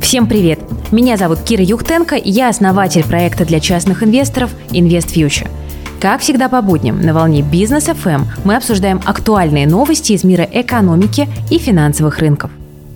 Всем привет! Меня зовут Кира Юхтенко, и я основатель проекта для частных инвесторов Invest Future. Как всегда по будням на волне Бизнес FM мы обсуждаем актуальные новости из мира экономики и финансовых рынков.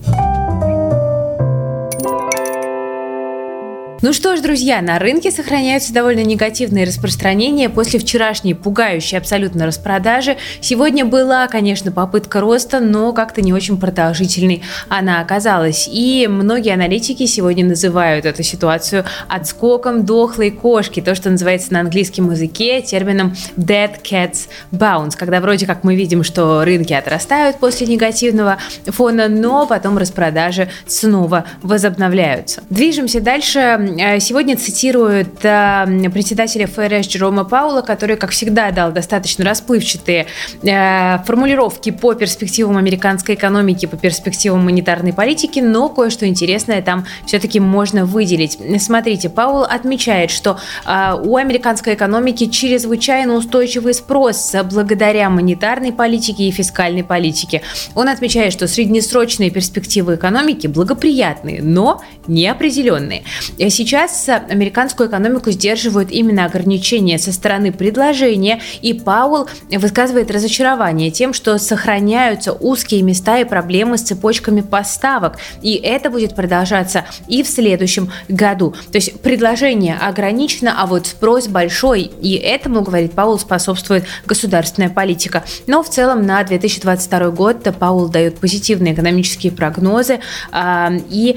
Ну что ж, друзья, на рынке сохраняются довольно негативные распространения после вчерашней пугающей абсолютно распродажи. Сегодня была, конечно, попытка роста, но как-то не очень продолжительной она оказалась. И многие аналитики сегодня называют эту ситуацию отскоком дохлой кошки, то, что называется на английском языке термином dead cats bounce, когда вроде как мы видим, что рынки отрастают после негативного фона, но потом распродажи снова возобновляются. Движемся дальше. Сегодня цитируют председателя ФРС Джерома Пауэлла, который, как всегда, дал достаточно расплывчатые формулировки по перспективам американской экономики, по перспективам монетарной политики, но кое-что интересное там все-таки можно выделить. Смотрите, Пауэлл отмечает, что у американской экономики чрезвычайно устойчивый спрос благодаря монетарной политике и фискальной политике. Он отмечает, что среднесрочные перспективы экономики благоприятные, но неопределенные. Сейчас американскую экономику сдерживают именно ограничения со стороны предложения, и Пауэлл высказывает разочарование тем, что сохраняются узкие места и проблемы с цепочками поставок, и это будет продолжаться и в следующем году. То есть предложение ограничено, а вот спрос большой, и этому, говорит Пауэлл, способствует государственная политика. Но в целом на 2022 год Пауэлл дает позитивные экономические прогнозы, и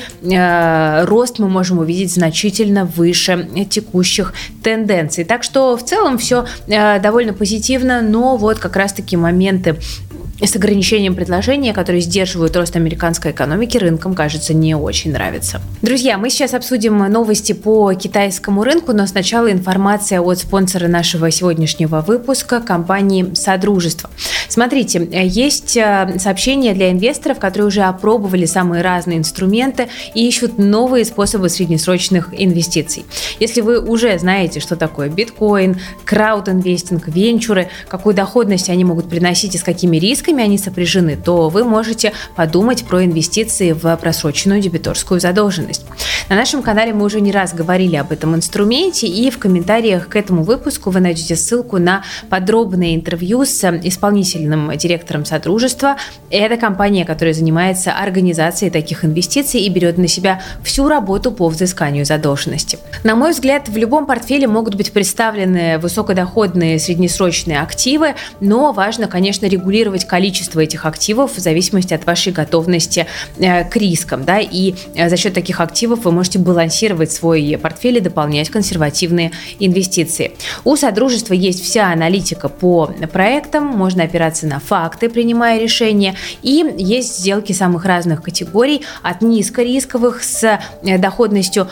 рост мы можем увидеть значительно выше текущих тенденций. Так что в целом все довольно позитивно, но вот как раз-таки моменты с ограничением предложения, которые сдерживают рост американской экономики, рынкам, кажется, не очень нравится. Друзья, мы сейчас обсудим новости по китайскому рынку, но сначала информация от спонсора нашего сегодняшнего выпуска, компании Содружество. Смотрите, есть сообщения для инвесторов, которые уже опробовали самые разные инструменты и ищут новые способы среднесрочных инвестиций. Если вы уже знаете, что такое биткоин, краудинвестинг, венчуры, какую доходность они могут приносить и с какими рисками они сопряжены, то вы можете подумать про инвестиции в просроченную дебиторскую задолженность. На нашем канале мы уже не раз говорили об этом инструменте, и в комментариях к этому выпуску вы найдете ссылку на подробное интервью с исполнительным директором Содружества. Это компания, которая занимается организацией таких инвестиций и берет на себя всю работу по взысканию задолженности. На мой взгляд, в любом портфеле могут быть представлены высокодоходные среднесрочные активы, но важно, конечно, регулировать количество этих активов в зависимости от вашей готовности к рискам, да, и за счет таких активов вы можете балансировать свой портфель и дополнять консервативные инвестиции. У Содружества есть вся аналитика по проектам, можно опираться на факты, принимая решения, и есть сделки самых разных категорий, от низкорисковых с доходностью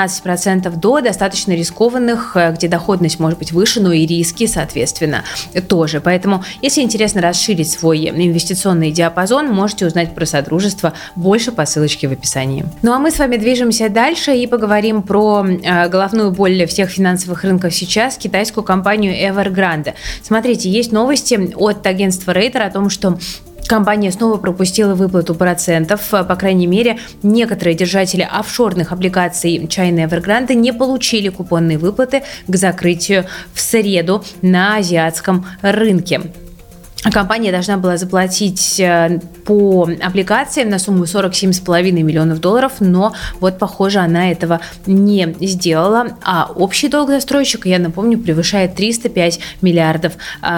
13% до достаточно рискованных, где доходность может быть выше, но и риски, соответственно, тоже. Поэтому, если интересно расширить свой инвестиционный диапазон, можете узнать про Содружество больше по ссылочке в описании. Ну а мы с вами движемся дальше и поговорим про головную боль для всех финансовых рынков сейчас, китайскую компанию Evergrande. Смотрите, есть новости от агентства Рейтер о том, что компания снова пропустила выплату процентов. По крайней мере, некоторые держатели офшорных облигаций China Evergrande не получили купонные выплаты к закрытию в среду на азиатском рынке. Компания должна была заплатить по облигациям на сумму $47,5 миллионов, но вот, похоже, она этого не сделала. А общий долг застройщика, я напомню, превышает $305 миллиардов.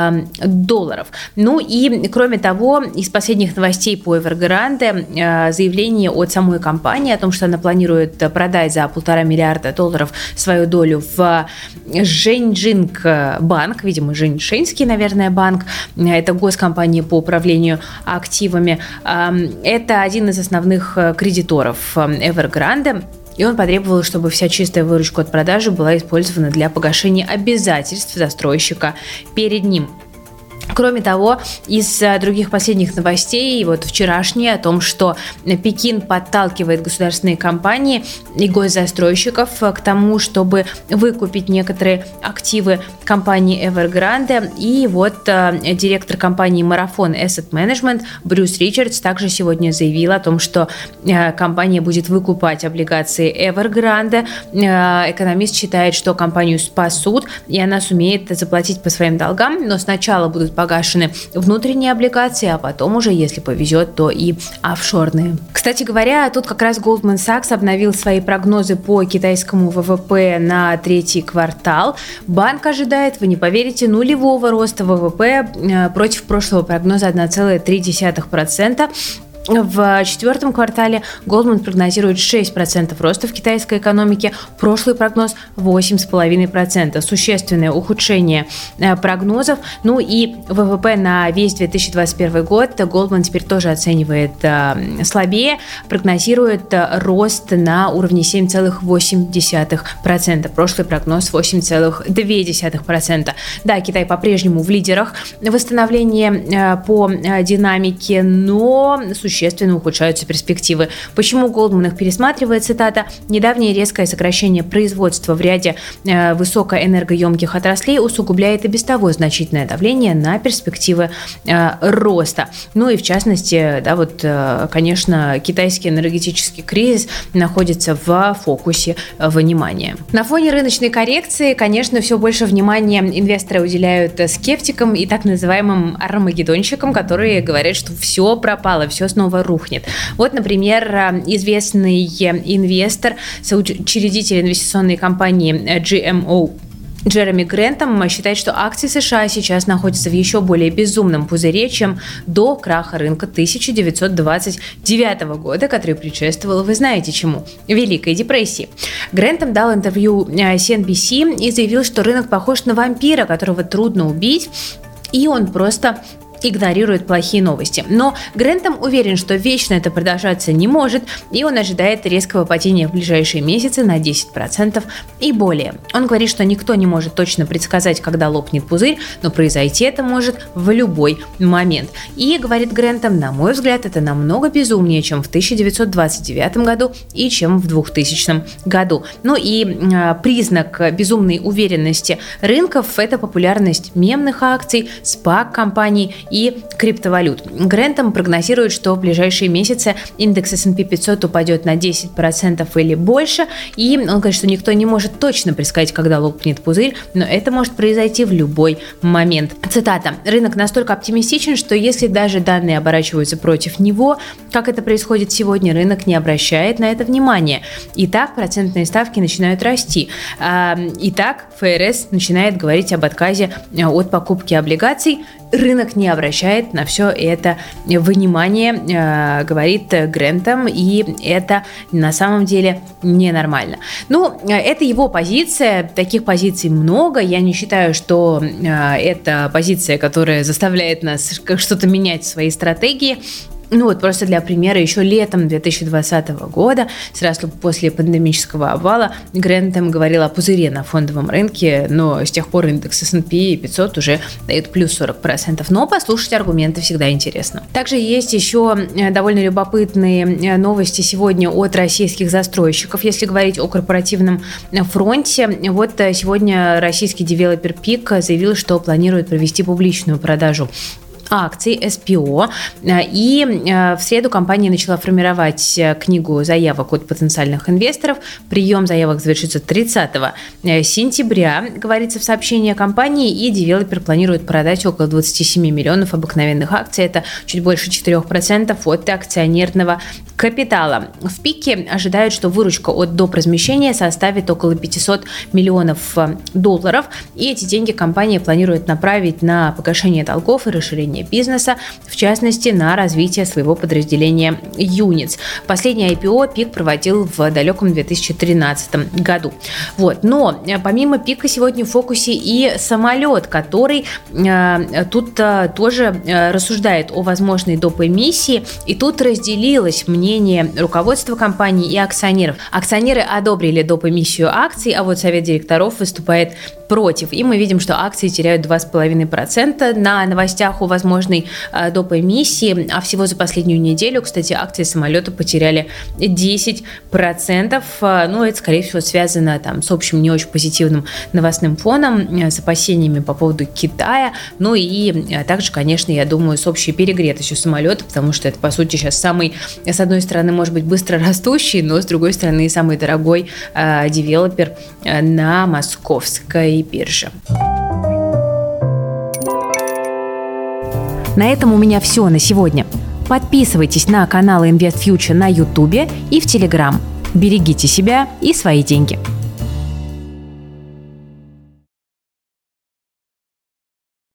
Ну и, кроме того, из последних новостей по Evergrande заявление от самой компании о том, что она планирует продать за $1,5 миллиарда свою долю в Женьшинь банк, видимо, Женьшинский, наверное, банк. Это госкомпания по управлению активами. Это один из основных кредиторов Evergrande, и он потребовал, чтобы вся чистая выручка от продажи была использована для погашения обязательств застройщика перед ним. Кроме того, из других последних новостей, вот вчерашние, о том, что Пекин подталкивает государственные компании и госзастройщиков к тому, чтобы выкупить некоторые активы компании Evergrande. И вот директор компании Marathon Asset Management Брюс Ричардс также сегодня заявил о том, что компания будет выкупать облигации Evergrande. Экономист считает, что компанию спасут, и она сумеет заплатить по своим долгам, но сначала будут погашены внутренние облигации, а потом уже, если повезет, то и офшорные. Кстати говоря, тут как раз Goldman Sachs обновил свои прогнозы по китайскому ВВП на третий квартал. Банк ожидает, вы не поверите, нулевого роста ВВП против прошлого прогноза 1,3%. В четвертом квартале Goldman прогнозирует 6% роста в китайской экономике, прошлый прогноз 8,5%. Существенное ухудшение прогнозов. Ну и ВВП на весь 2021 год Goldman теперь тоже оценивает слабее, прогнозирует рост на уровне 7,8%. Прошлый прогноз 8,2%. Да, Китай по-прежнему в лидерах восстановления по динамике, но существенно ухудшаются перспективы. Почему Goldman их пересматривает? Цитата: «Недавнее резкое сокращение производства в ряде высокоэнергоемких отраслей усугубляет и без того значительное давление на перспективы роста». Ну и в частности, да, вот, конечно, китайский энергетический кризис находится в фокусе внимания. На фоне рыночной коррекции, конечно, все больше внимания инвесторы уделяют скептикам и так называемым армагеддонщикам, которые говорят, что все пропало, все снова рухнет. Вот, например, известный инвестор, соучредитель инвестиционной компании GMO Джереми Грентом считает, что акции США сейчас находятся в еще более безумном пузыре, чем до краха рынка 1929 года, который предшествовал, вы знаете чему, Великой депрессии. Грентом дал интервью CNBC и заявил, что рынок похож на вампира, которого трудно убить, и он просто игнорирует плохие новости. Но Грентом уверен, что вечно это продолжаться не может, и он ожидает резкого падения в ближайшие месяцы на 10% и более. Он говорит, что никто не может точно предсказать, когда лопнет пузырь, но произойти это может в любой момент. И, говорит Грентом, на мой взгляд, это намного безумнее, чем в 1929 году и чем в 2000 году. Ну и признак безумной уверенности рынков – это популярность мемных акций, SPAC-компаний и криптовалют. Грентом прогнозирует, что в ближайшие месяцы индекс S&P 500 упадет на 10% или больше, и он говорит, что никто не может точно предсказать, когда лопнет пузырь, но это может произойти в любой момент. Цитата: «Рынок настолько оптимистичен, что если даже данные оборачиваются против него, как это происходит сегодня, рынок не обращает на это внимания. Итак, процентные ставки начинают расти. Итак, ФРС начинает говорить об отказе от покупки облигаций. Рынок не обращает на все это внимание», говорит Грентом, и это на самом деле ненормально. Ну, это его позиция, таких позиций много. Я не считаю, что это позиция, которая заставляет нас что-то менять в своей стратегии. Ну вот просто для примера, еще летом 2020 года, сразу после пандемического обвала, Грентом говорил о пузыре на фондовом рынке, но с тех пор индекс S&P 500 уже дает плюс 40%. Но послушать аргументы всегда интересно. Также есть еще довольно любопытные новости сегодня от российских застройщиков, если говорить о корпоративном фронте. Вот сегодня российский девелопер ПИК заявил, что планирует провести публичную продажу акций СПО. И в среду компания начала формировать книгу заявок от потенциальных инвесторов. Прием заявок завершится 30 сентября, говорится в сообщении компании, и девелопер планирует продать около 27 миллионов обыкновенных акций. Это чуть больше 4% от акционерного капитала. В ПИКе ожидают, что выручка от доп. Размещения составит около 500 миллионов долларов, и эти деньги компания планирует направить на погашение долгов и расширение бизнеса, в частности, на развитие своего подразделения Units. Последний IPO ПИК проводил в далеком 2013 году. Вот. Но помимо ПИКа сегодня в фокусе и самолет, который тут тоже рассуждает о возможной доп. Эмиссии, и тут разделилось мнение руководства компании и акционеров. Акционеры одобрили доп. Эмиссию акций, а вот совет директоров выступает против. И мы видим, что акции теряют 2,5% на новостях о возможной доп. Эмиссии. А всего за последнюю неделю, кстати, акции самолета потеряли 10%. Ну, это, скорее всего, связано с общим не очень позитивным новостным фоном, с опасениями по поводу Китая. Ну и также, конечно, я думаю, с общей перегретостью самолета, потому что это, по сути, сейчас самый, с одной стороны, может быть, быстро растущий, но, с другой стороны, самый дорогой девелопер на московской бирже. На этом у меня все на сегодня. Подписывайтесь на канал InvestFuture на YouTube и в Telegram. Берегите себя и свои деньги.